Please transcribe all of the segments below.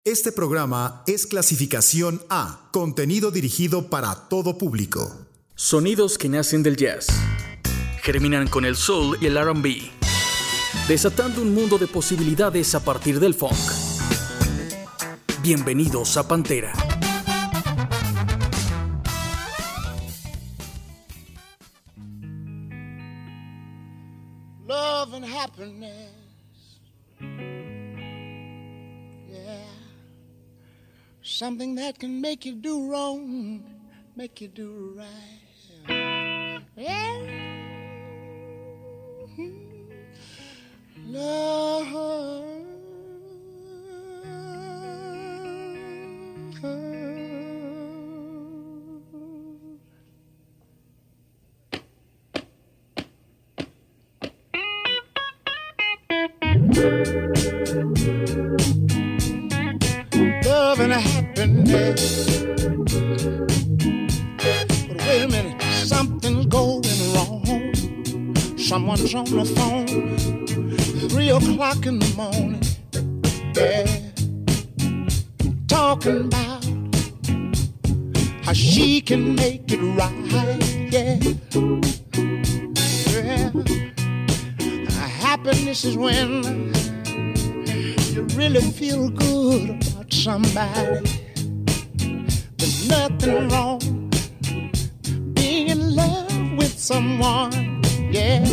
Este programa es clasificación A, contenido dirigido para todo público. Sonidos que nacen del jazz, germinan con el soul y el R&B, desatando un mundo de posibilidades a partir del funk. Bienvenidos a Pantera. Love and happiness. Something that can make you do wrong, make you do right. Yeah. Love. Love and happiness. But wait a minute, something's going wrong. Someone's on the phone, 3 o'clock in the morning. Yeah, talking about how she can make it right. Yeah, happiness is when you really feel good about somebody. There's nothing wrong being in love with someone. Yeah.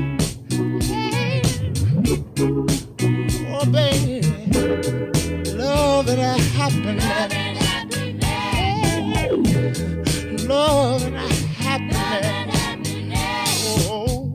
Oh, baby, love and happiness. Love and happiness. Oh.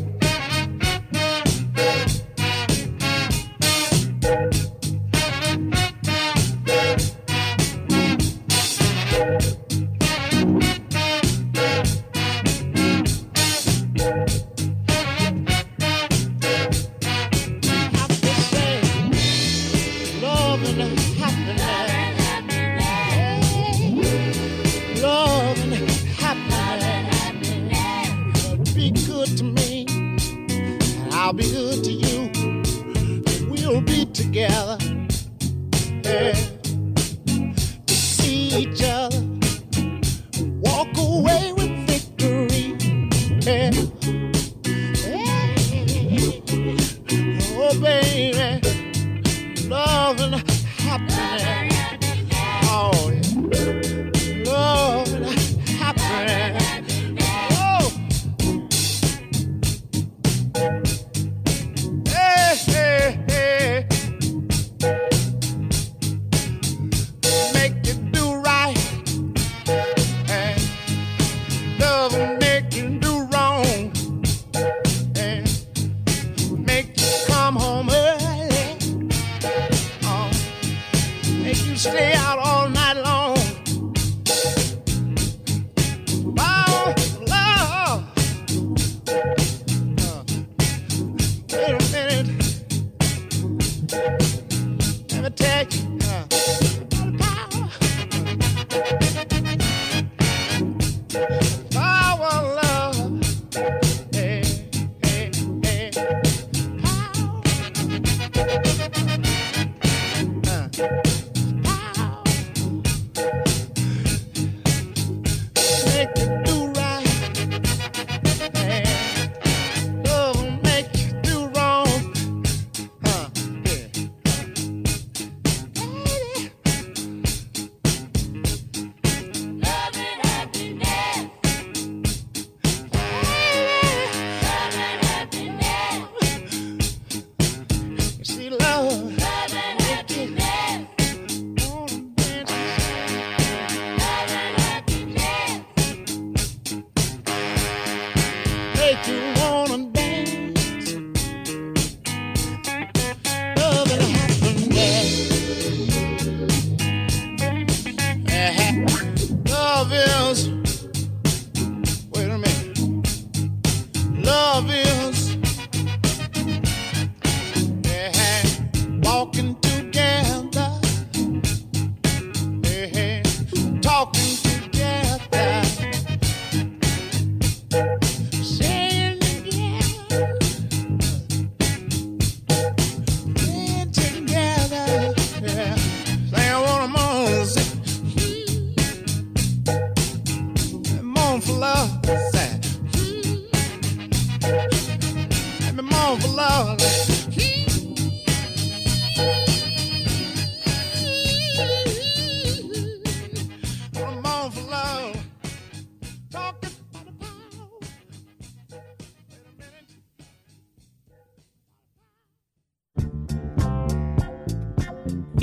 I'll be good to you. We'll be together. Yeah. To see each other, walk away with victory. Yeah. Yeah. Oh, baby, love and happiness. Oh, yeah. Love and happiness. Stay out all night long. Oh, love. Wait a minute. Let me tell you. Power, love. Hey, hey, hey. Make you do right, and love will make you do wrong. Yeah.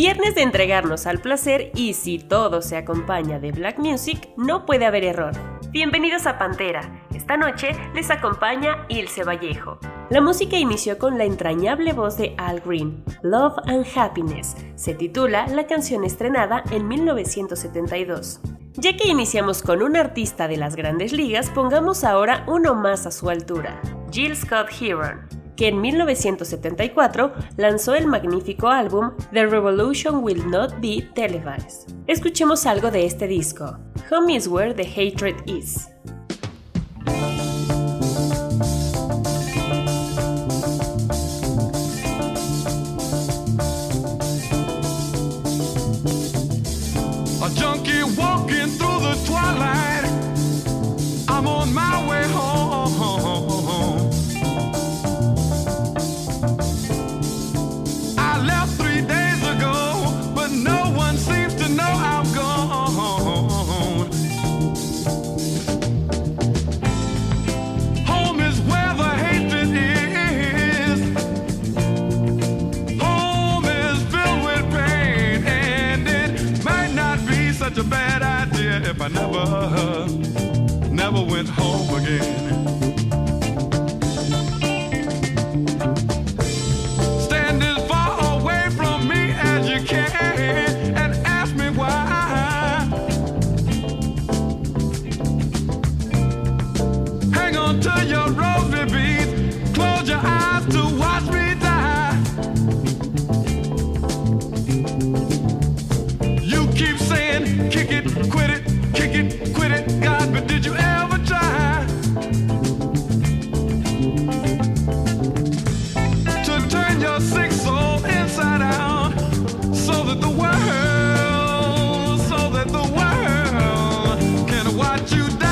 Viernes de entregarnos al placer y si todo se acompaña de black music, no puede haber error. Bienvenidos a Pantera. Esta noche les acompaña Ilse Vallejo. La música inició con la entrañable voz de Al Green, Love and Happiness. Se titula la canción estrenada en 1972. Ya que iniciamos con un artista de las grandes ligas, pongamos ahora uno más a su altura, Jill Scott Heron, que en 1974 lanzó el magnífico álbum The Revolution Will Not Be Televised. Escuchemos algo de este disco, Home is Where the Hatred Is. A junkie walking through the twilight. I'm on my way home. I left 3 days ago, but no one seems to know I'm gone. Home is where the hatred is. Home is filled with pain, and it might not be such a bad idea if I never went home again. Stand as far away from me as you can and ask me why. Hang on to your rosary beads, close your eyes to watch me die. You keep saying, kick it, quit it, kick it, quit it, God, but did you ever try to turn your sick soul inside out so that the world can watch you die?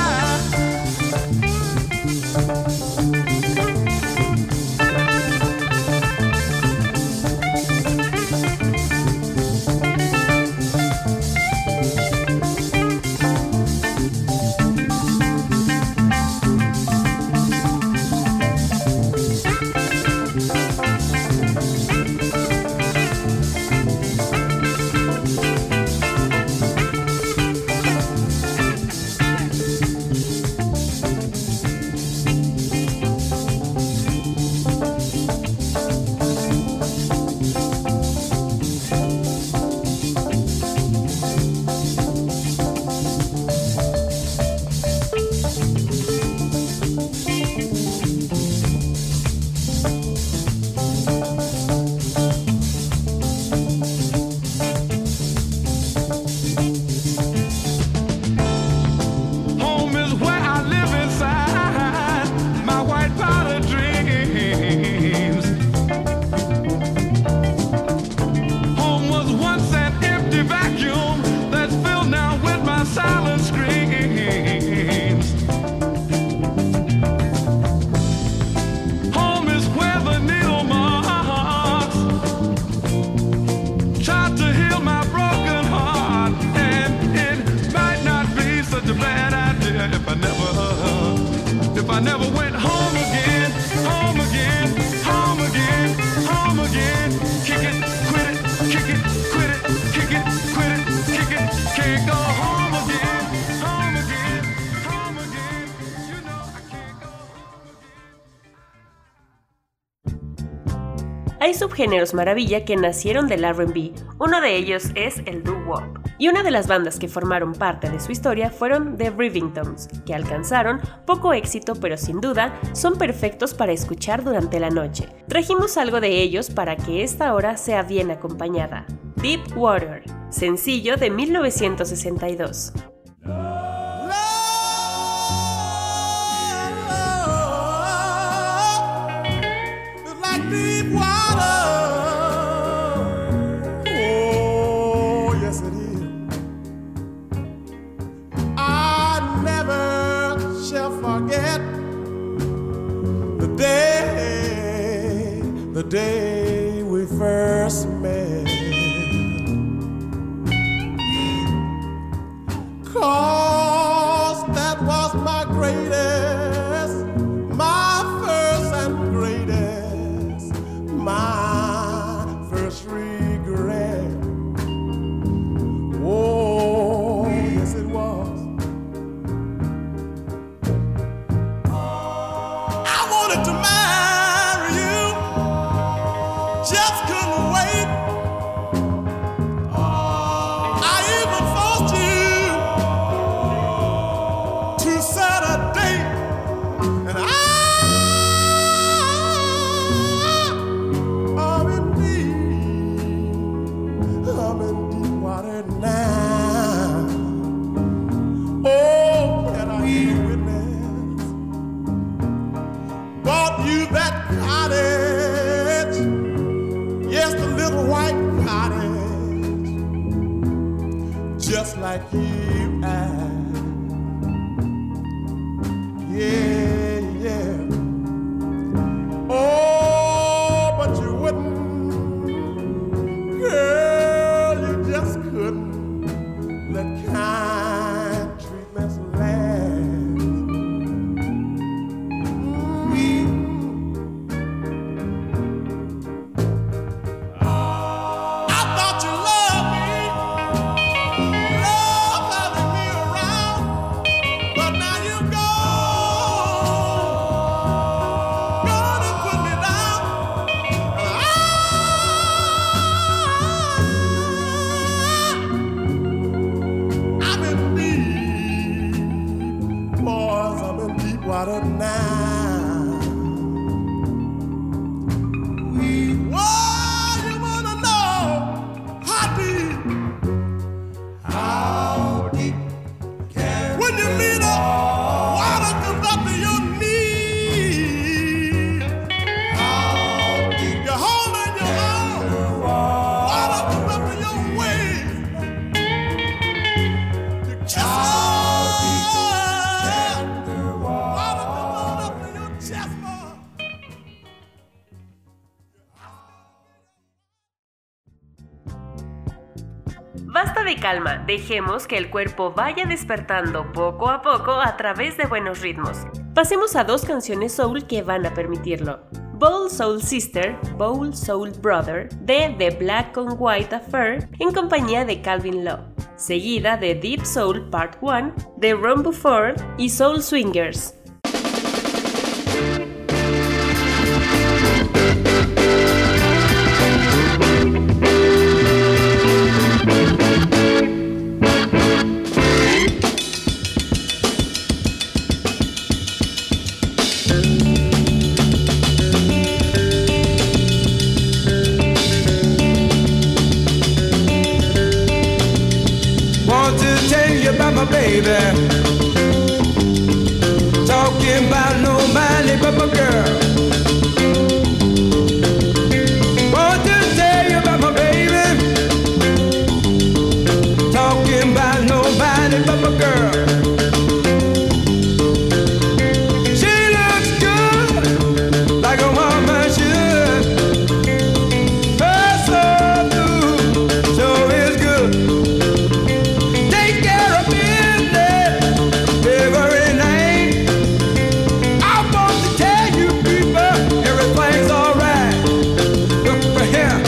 Hay subgéneros maravilla que nacieron del R&B, uno de ellos es el doo-wop. Y una de las bandas que formaron parte de su historia fueron The Rivingtons, que alcanzaron poco éxito pero sin duda son perfectos para escuchar durante la noche. Trajimos algo de ellos para que esta hora sea bien acompañada. Deep Water, sencillo de 1962. Deep water, oh yes it is. I never shall forget the day we first met. just like you act. Yeah, yeah. Oh, but you wouldn't, girl, you just couldn't let kind treatments last. I thought you loved me, love having me around, but now you gone and put me down. I'm in deep, boys, I'm in deep water now. Whoa, you wanna know how deep? How deep can when you meet up, water comes up to your knees. How deep? You're holding your arm, water comes up to your waist. You kiss her, water comes on up to your chest, boy. Basta de calma, dejemos que el cuerpo vaya despertando poco a poco a través de buenos ritmos. Pasemos a dos canciones soul que van a permitirlo. Bowl Soul Sister, Bowl Soul Brother, de The Black on White Affair, en compañía de Calvin Love, seguida de Deep Soul Part 1, de Ron Buford y Soul Swingers. Want to tell you about my baby. Talking about nobody but my girl. Want to tell you about my baby. Talking about nobody but my girl. She looks good, like a woman should. Her soul too, so is good. Take care of business every night. I want to tell you people everything's alright. Look for him,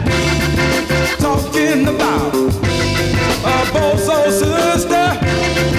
talking about a both soul sister.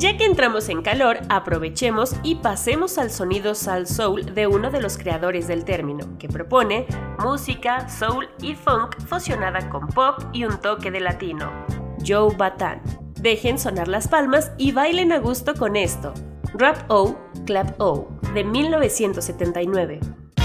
Ya que entramos en calor, aprovechemos y pasemos al sonido Salsa Soul de uno de los creadores del término, que propone música, soul y funk fusionada con pop y un toque de latino. Joe Bataan. Dejen sonar las palmas y bailen a gusto con esto. Rap O, Clap O, de 1979.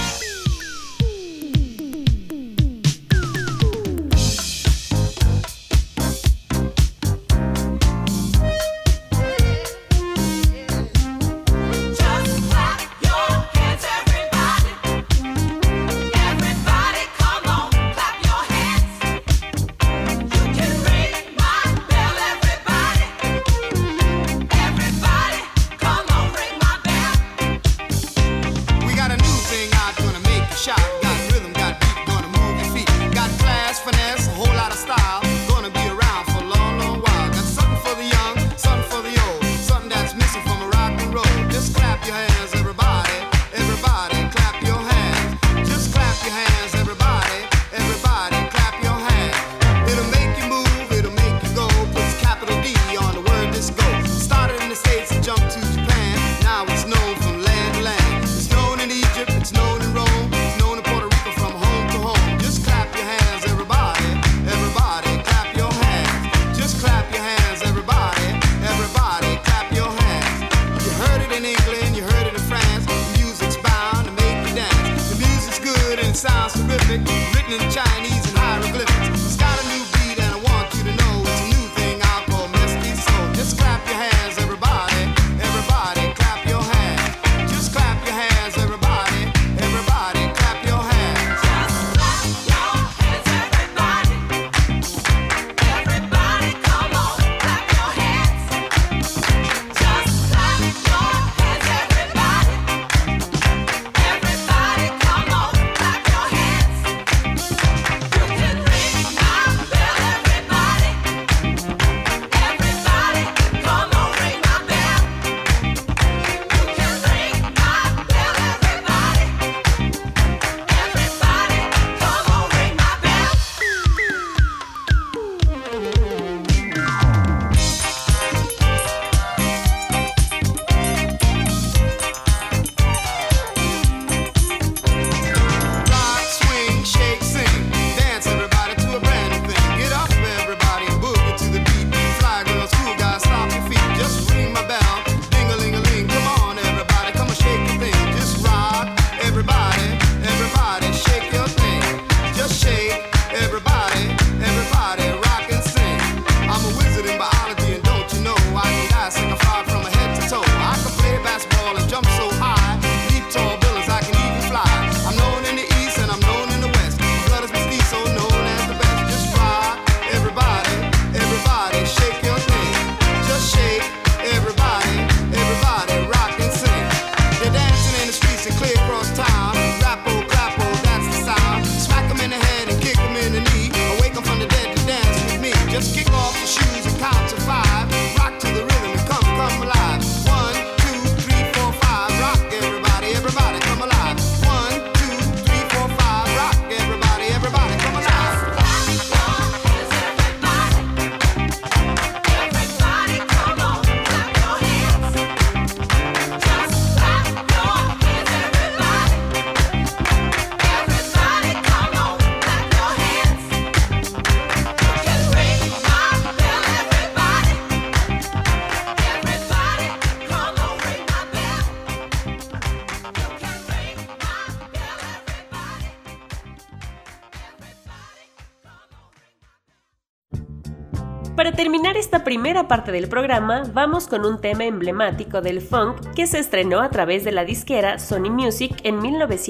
Para terminar esta primera parte del programa, vamos con un tema emblemático del funk que se estrenó a través de la disquera Sony Music en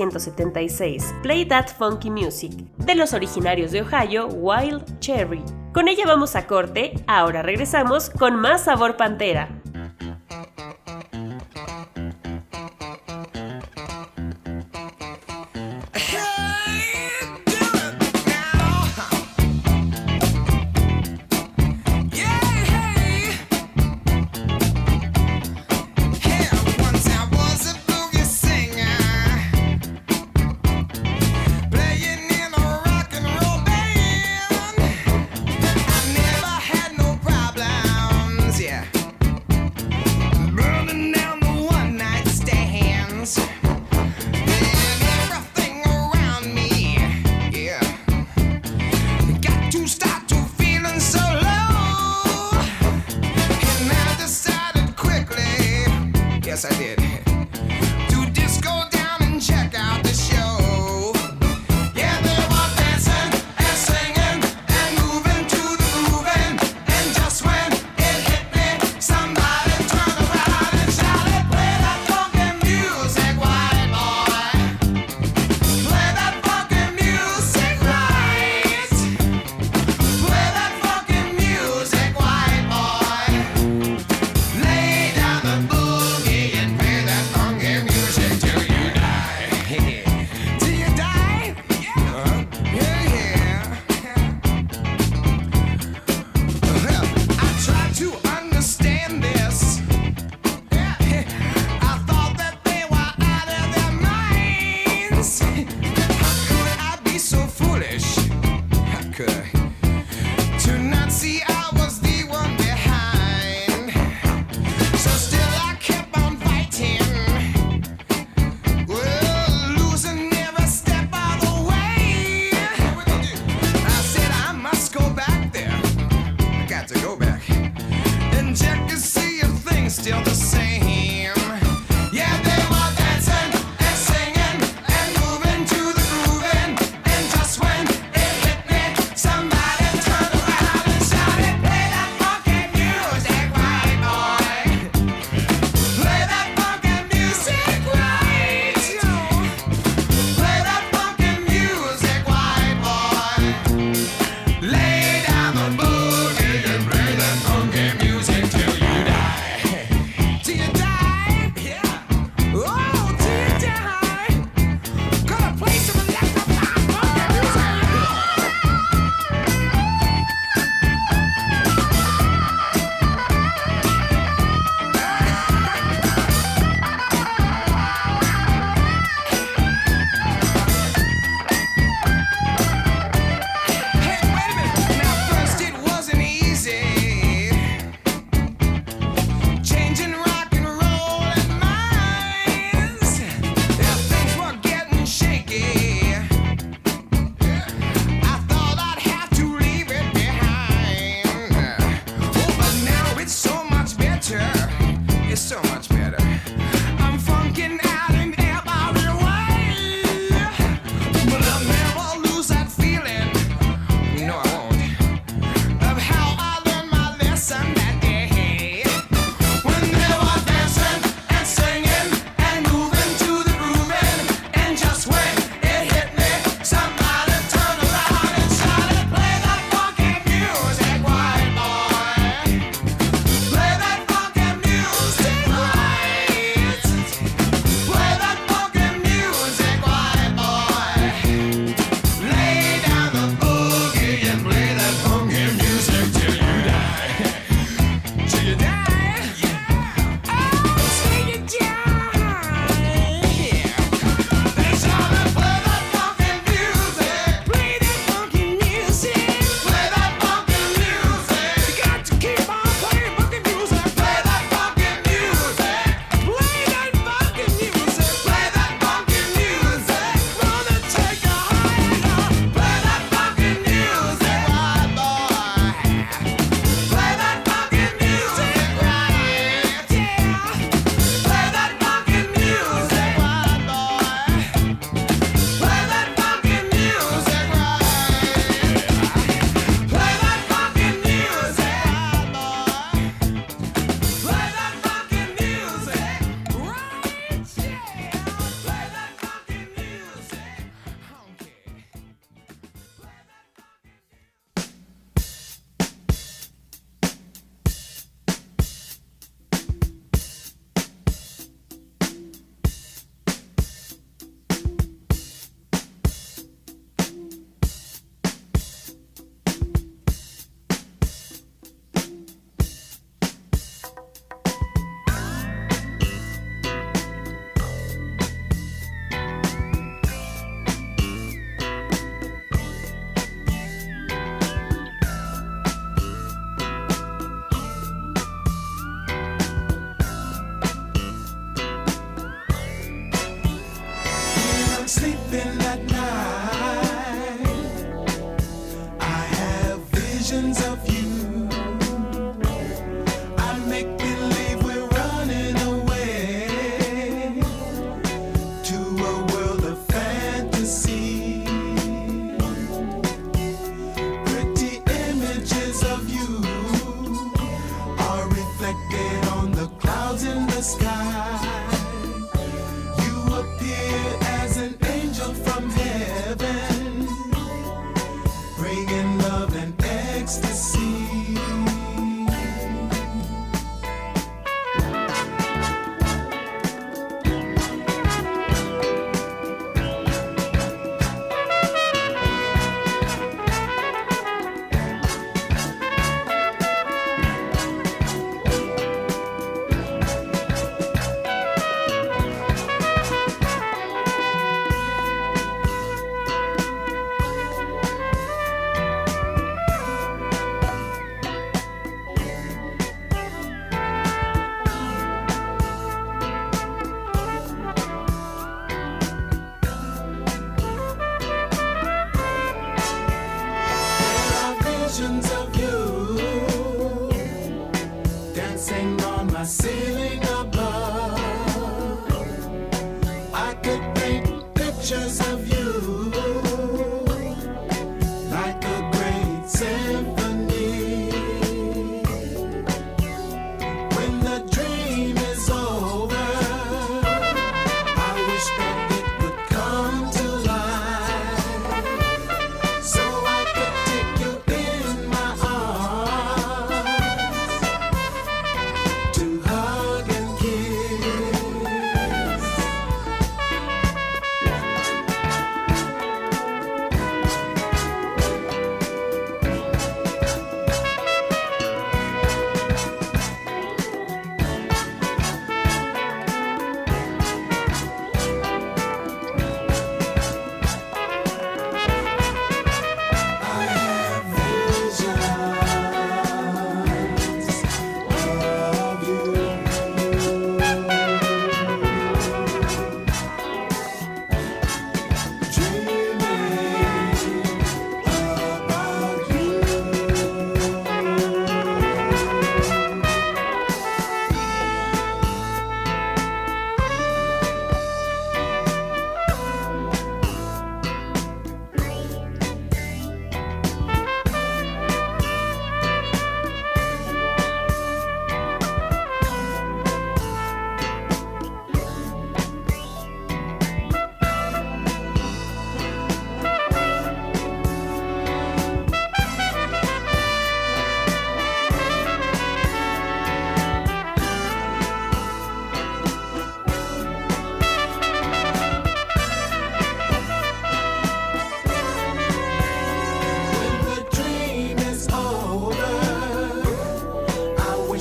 1976, Play That Funky Music, de los originarios de Ohio, Wild Cherry. Con ella vamos a corte, ahora regresamos con más sabor Pantera. Yeah. still the same. Yeah, they were dancing and singing and moving to the grooving. And just when it hit me, somebody turned around and shouted, play that funky music, white boy. Play that funky music, right. Play that funky music, white boy. Lay down the boogie and play that funky music till you die. Till you die, yeah. Oh, till you die. Gonna play some electrified funky music. Hey, wait a minute. Now first it wasn't easy. Changing rock and roll and minds. Yeah, things were getting shaky. I thought I'd have to leave it behind. Oh, but now it's so much better. It's so much better. I'm funking out in every way. But I'll never lose that feeling. No, I won't. Of how I learned my lesson that day. When they were dancing and singing and moving to the grooving. And just when it hit me, somebody turned around and shouted, play that funky music, white boy. Play that funky music, right. Play that funky music, white boy. Lay down the boogie and play that funky music till you die. Till you die. Oh, till you die. They shouted, play that funky music. Play that funky music. Play that funky music. You got to keep on playing funky music. Play that funky music. Play that funky music. Play that funky music. Gonna take a higher. Play that funky music, white boy. Play that funky music, right. Yeah. Play that funky music, white boy. Play that funky music, right. Play that funky music, white boy. Play that funky music, right. Yeah. Play that funky music. When I'm sleeping at night, I have visions of you. I make believe we're running away to a world of fantasy. Pretty images of you are reflected on the clouds in the sky. You appear as an angel from heaven, bringing love and ecstasy.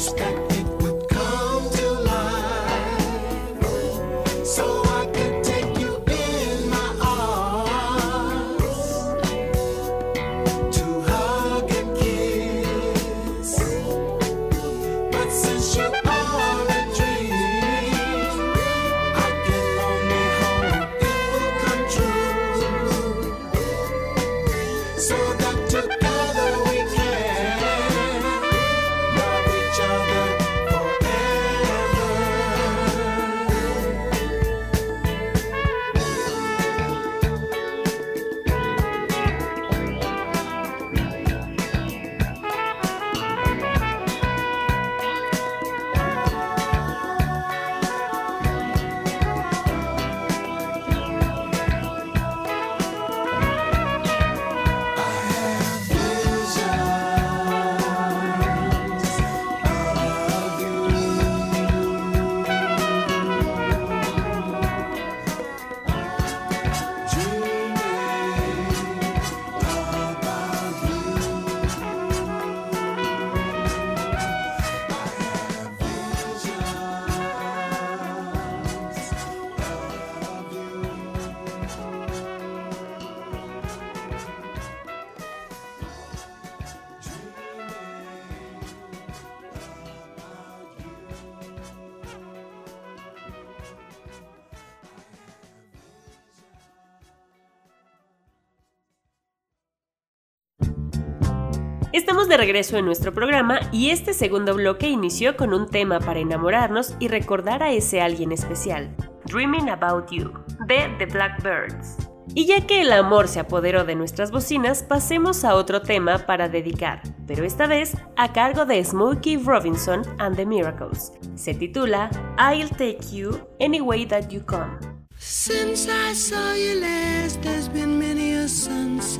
Estamos de regreso en nuestro programa y este segundo bloque inició con un tema para enamorarnos y recordar a ese alguien especial, Dreaming About You, de The Blackbirds. Y ya que el amor se apoderó de nuestras bocinas, pasemos a otro tema para dedicar, pero esta vez a cargo de Smokey Robinson and the Miracles. Se titula I'll Take You Any Way That You Come. Since I saw you last, there's been many a sunset,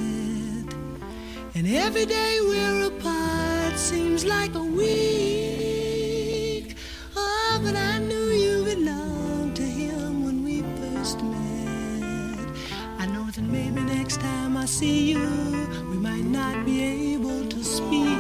and every day we're apart seems like a week. Oh, but I knew you belonged to him when we first met. I know that maybe next time I see you, we might not be able to speak.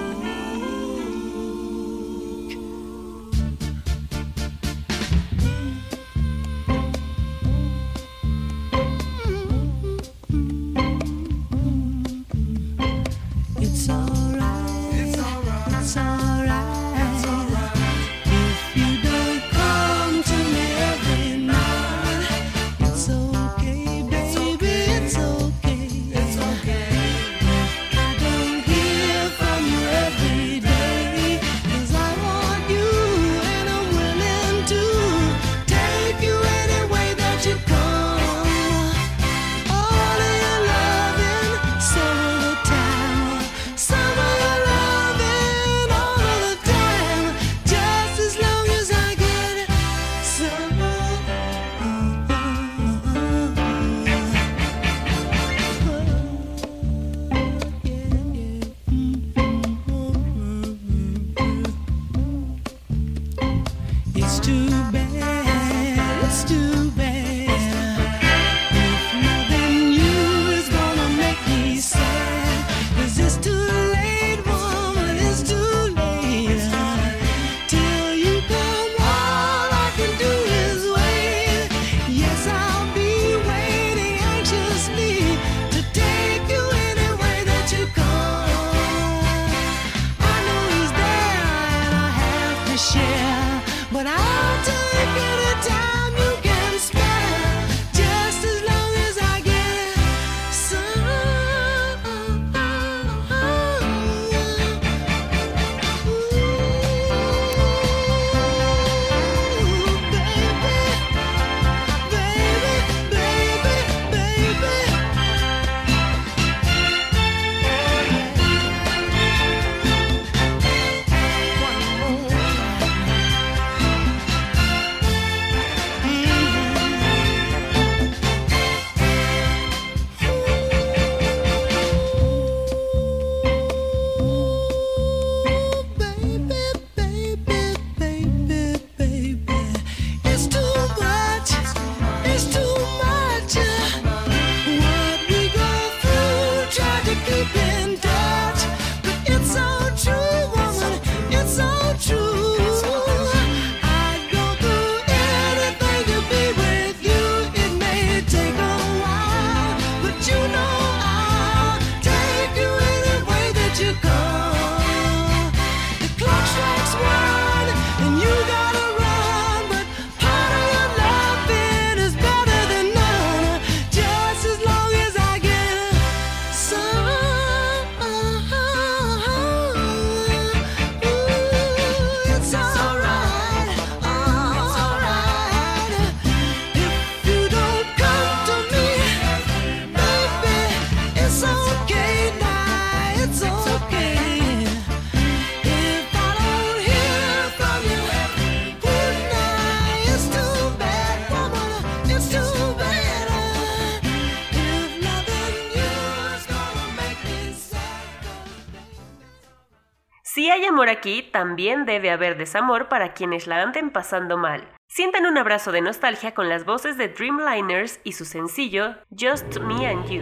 Si hay amor aquí, también debe haber desamor para quienes la anden pasando mal. Sientan un abrazo de nostalgia con las voces de Dreamliners y su sencillo Just Me and You.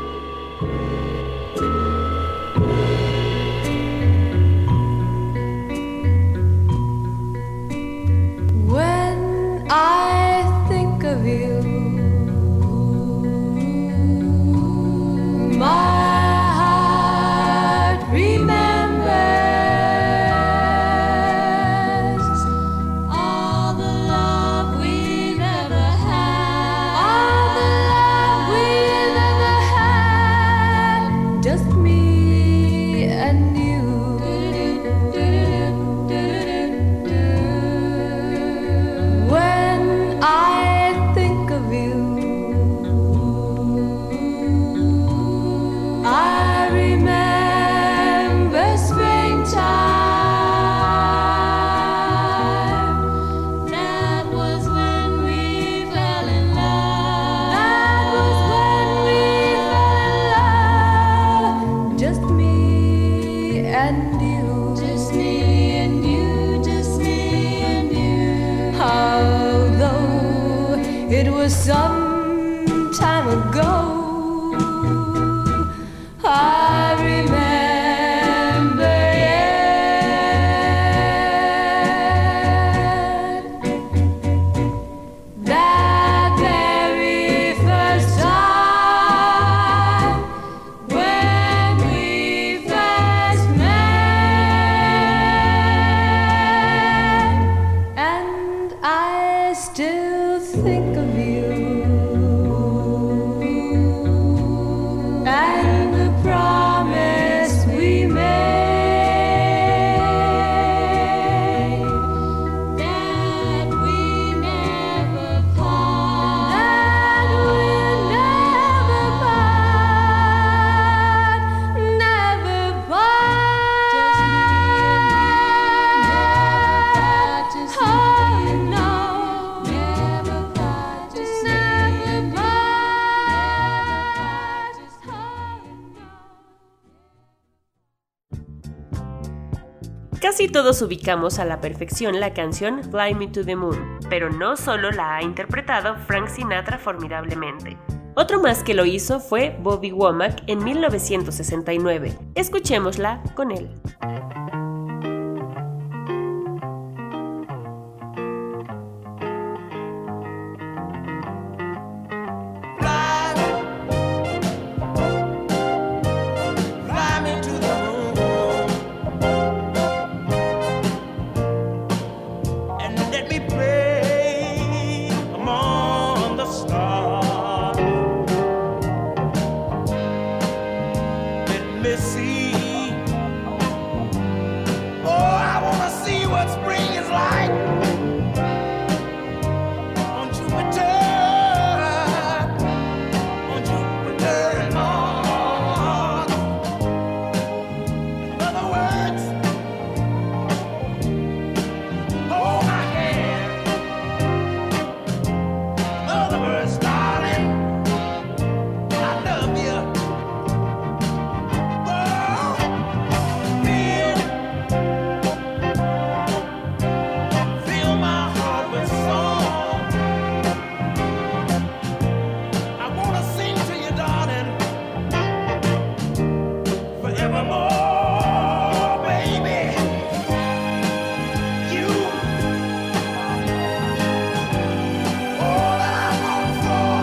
When I think of you, my heart remembers all the love we've ever had, all the love we've ever had, just me and you. When I think of you, I remember springtime. That was when we fell in love. That was when we fell in love. Just me and you. Just me and you. Just me and you. Although it was some time ago, I remember yet that very first time when we first met, and I still think of you and the promise we made, that we never part, that we'll never part, never part. Just me and you, never part. Just oh, no, never part. Just never part. Just oh, no. Casi todos ubicamos a la perfección la canción Fly Me to the Moon, pero no solo la ha interpretado Frank Sinatra formidablemente. Otro más que lo hizo fue Bobby Womack en 1969. Escuchémosla con él. Fly me to the moon and let me play among the stars. Let me see. Oh, I wanna see what spring is like on Jupiter, and Mars. In other words, hold my hand. In other words, darling, I love you. Oh, fill my heart with song. I wanna sing to you, darling, forevermore, baby. You, all that I long for.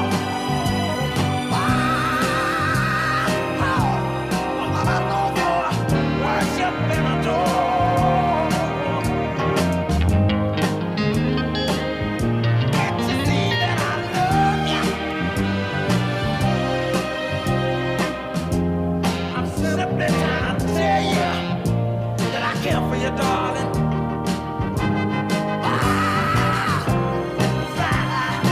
All that I long for. Worship and adore. Can't you see that I love you? I'm simply trying to tell you that I care for you, darling. Fly, fly,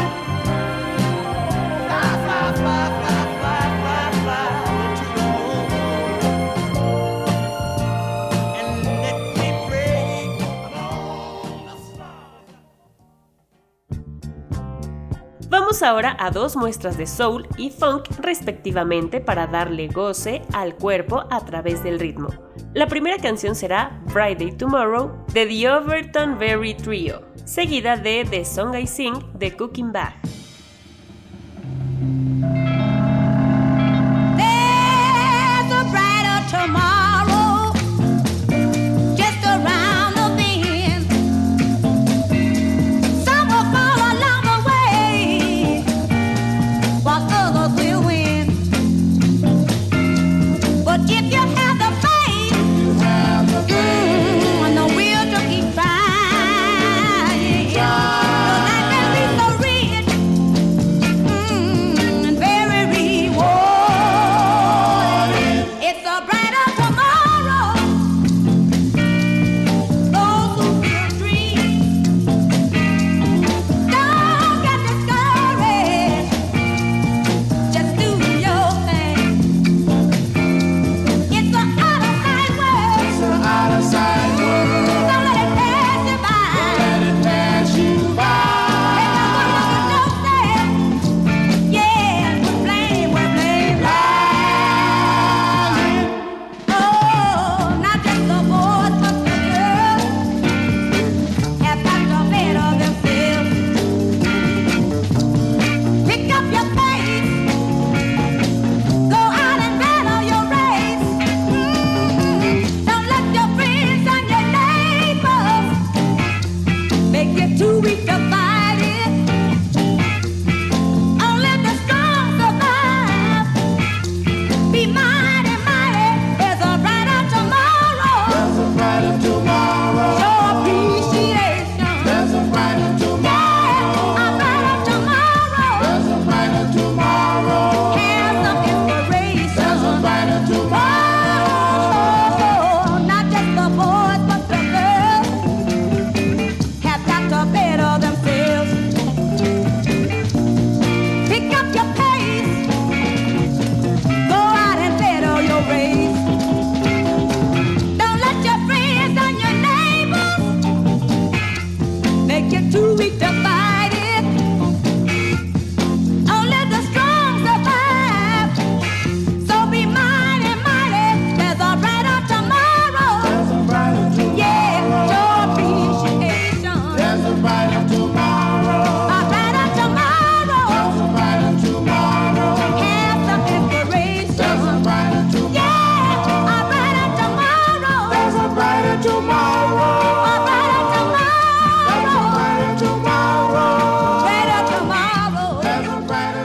fly, fly, fly, fly, fly, fly to the moon and let me pray among the stars. Vamos ahora a dos muestras de soul y funk respectivamente para darle goce al cuerpo a través del ritmo. La primera canción será Friday Tomorrow de The Overton Berry Trio, seguida de The Song I Sing de Cooking Bag. There's a brighter tomorrow just around the bend. Some will fall along the way, while others will win. But if you have the faith and the will to keep trying, your life will be so rich and very rewarding. It's a brighter tomorrow. Those who feel dreams, don't get discouraged. Just do your thing. It's an out-of-sight world. Don't let it pass you by. Ain't no good looking no stand. Yeah, we're blame lying. Oh, not just the boys, but the girls have got to better themselves. Pick up your pace. Go out and battle your race. Don't let your friends and your neighbors make you too weak to fight it. Only the strong survive. Be mighty, mighty. There's a brighter tomorrow. Show appreciation. Yeah, a brighter tomorrow. Have some inspiration. Oh, not just the boys, but the girls have got to better themselves. Pick up your pace. Go out and better your race. Don't let your friends and your neighbors make you too weak to fight it. Only the strong survive. So be mighty, mighty. There's a brighter tomorrow. Yeah, show appreciation. A brighter tomorrow. Have some inspiration. Yeah, a brighter tomorrow. A brighter tomorrow. Brighter tomorrow. Brighter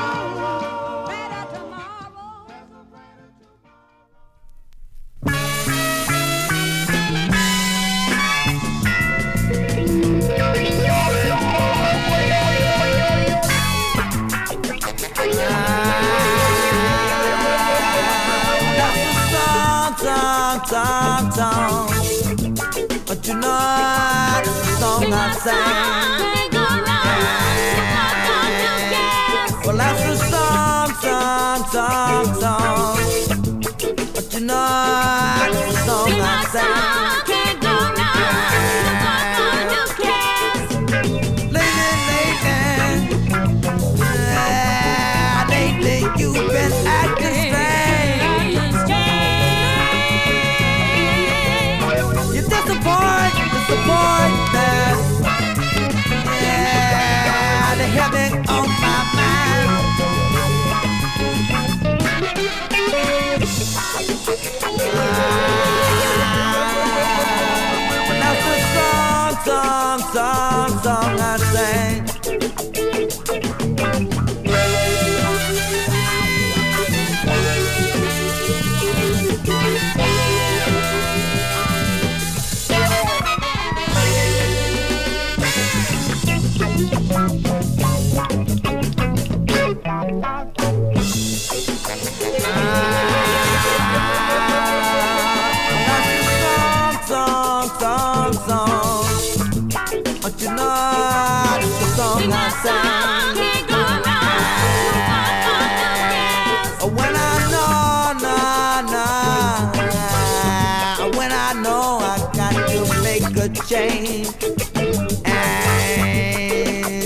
But you know the song I sang. Well, that's the song. But you know the song I sang. Lately you've been acting strange. You disappoint that. Yeah, the headache on my mind. That's the song I sang. Song. But you know it's the song I sang. When I know I got to make a change. And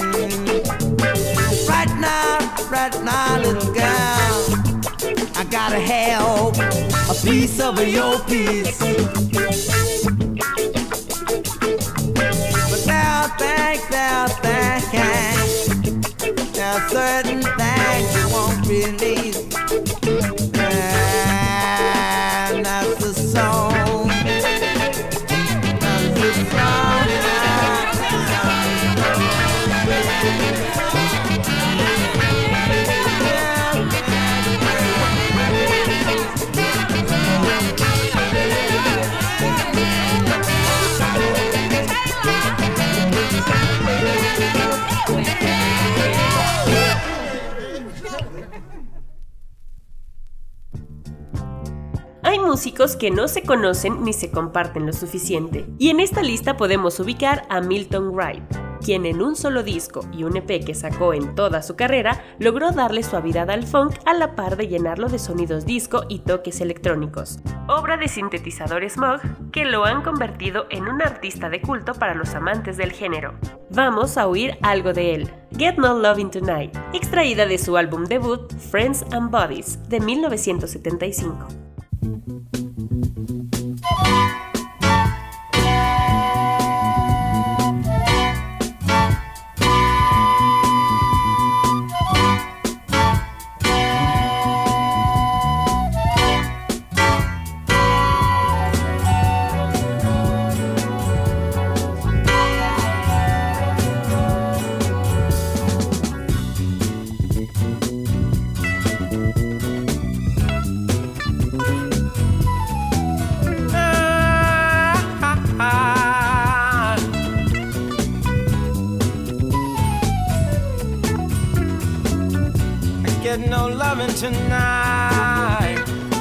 right now, little girl, I gotta help piece of your piece. But there are certain things you won't release, and that's the song. That's the song. Hay músicos que no se conocen ni se comparten lo suficiente, y en esta lista podemos ubicar a Milton Wright, quien en un solo disco y un EP que sacó en toda su carrera logró darle suavidad al funk a la par de llenarlo de sonidos disco y toques electrónicos, obra de sintetizadores Moog que lo han convertido en un artista de culto para los amantes del género. Vamos a oír algo de él, Get No Lovin' Tonight, extraída de su álbum debut Friends and Buddies de 1975. No loving tonight.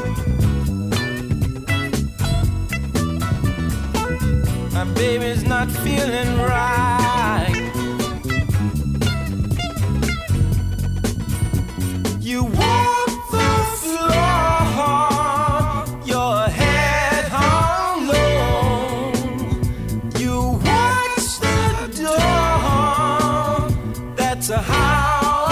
My baby's not feeling right. You walk the floor, your head hung low. You watch the door. That's how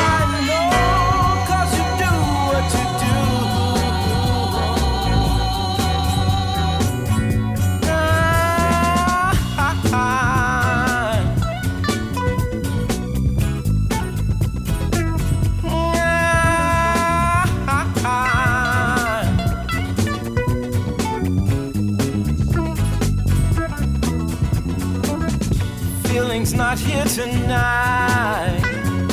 not here tonight,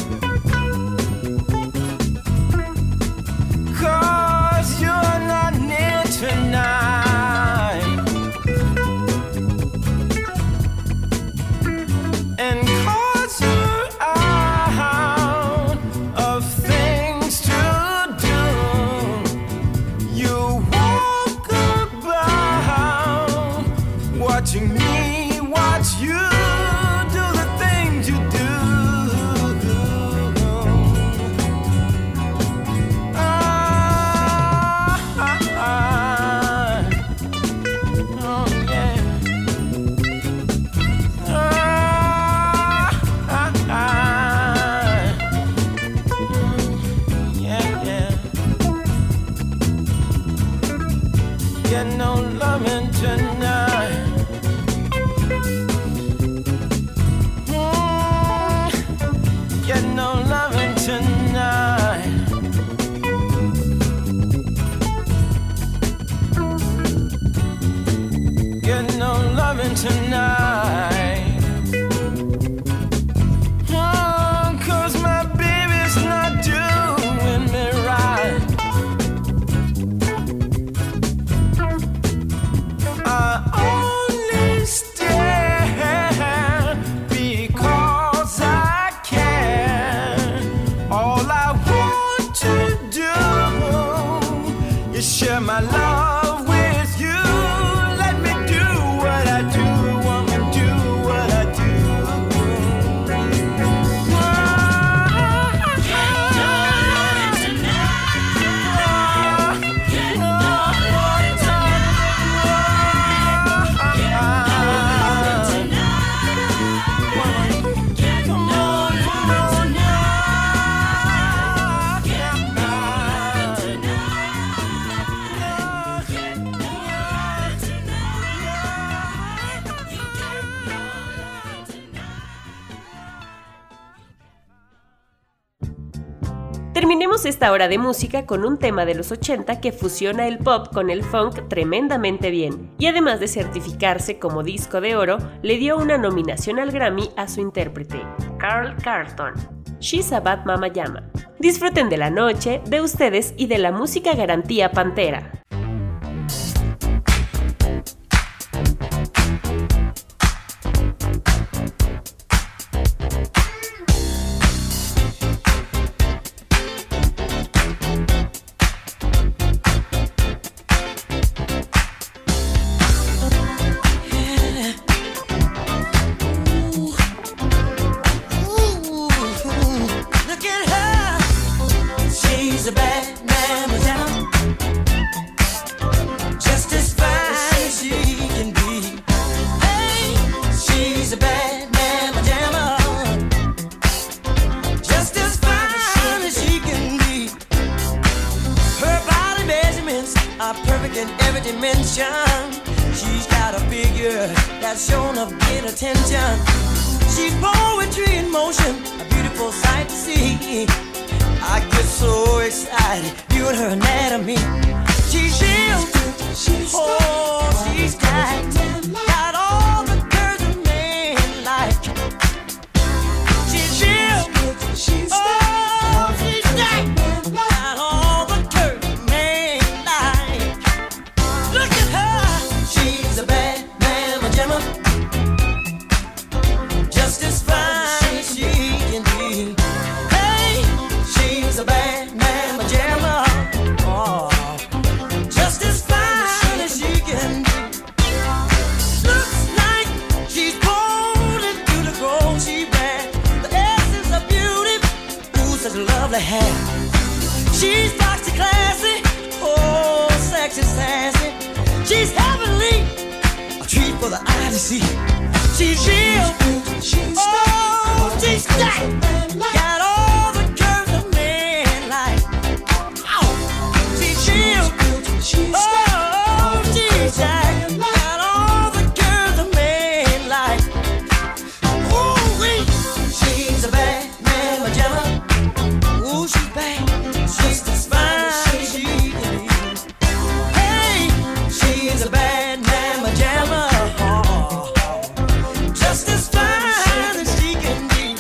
'cause you're not near tonight, and 'cause you're out of things to do, you walk about watching me watch you. Get no loving tonight. Terminemos esta hora de música con un tema de los 80 que fusiona el pop con el funk tremendamente bien, y además de certificarse como disco de oro, le dio una nominación al Grammy a su intérprete, Carl Carlton. She's a Bad Mama Jamma. Disfruten de la noche, de ustedes y de la música garantía Pantera. She's boxy classy, oh, sexy sassy. She's heavenly, a treat for the eye to see. She's real, oh, she's stacked. Got all the curves a man like. Oh, she's real, oh, she's stacked. Got all the curves a man like. Ooh, she's a bad man, pajama. Ooh, she's bad. Just as fine as she can be. Hey, she's a bad mamma jamma. Just as fine as she can be.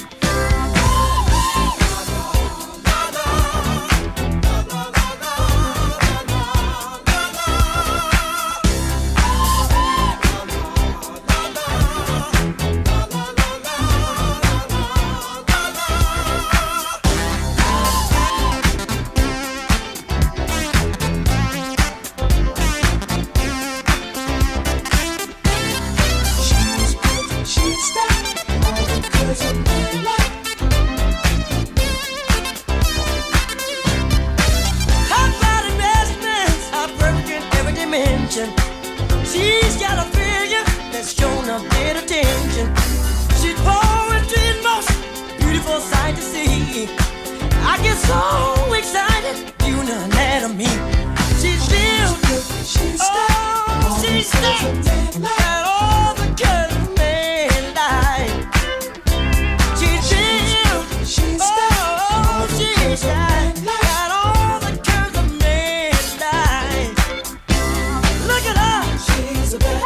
She's got a figure that's shown a bit of attention. She's poetry in motion, beautiful sight to see. I get so excited, you know anatomy. She's real, oh, she's stacked. Got all the curves a man like. She's real, oh, she's stacked. Got all the curves a man like. Look at her. She's a bad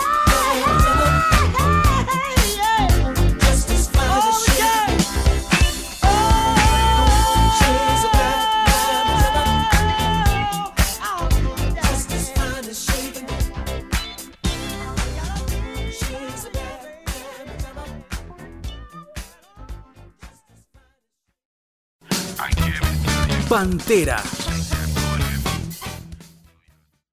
man, just as fine as she can. Oh, she's a bad man, just as fine as she can. She's a bad Pantera,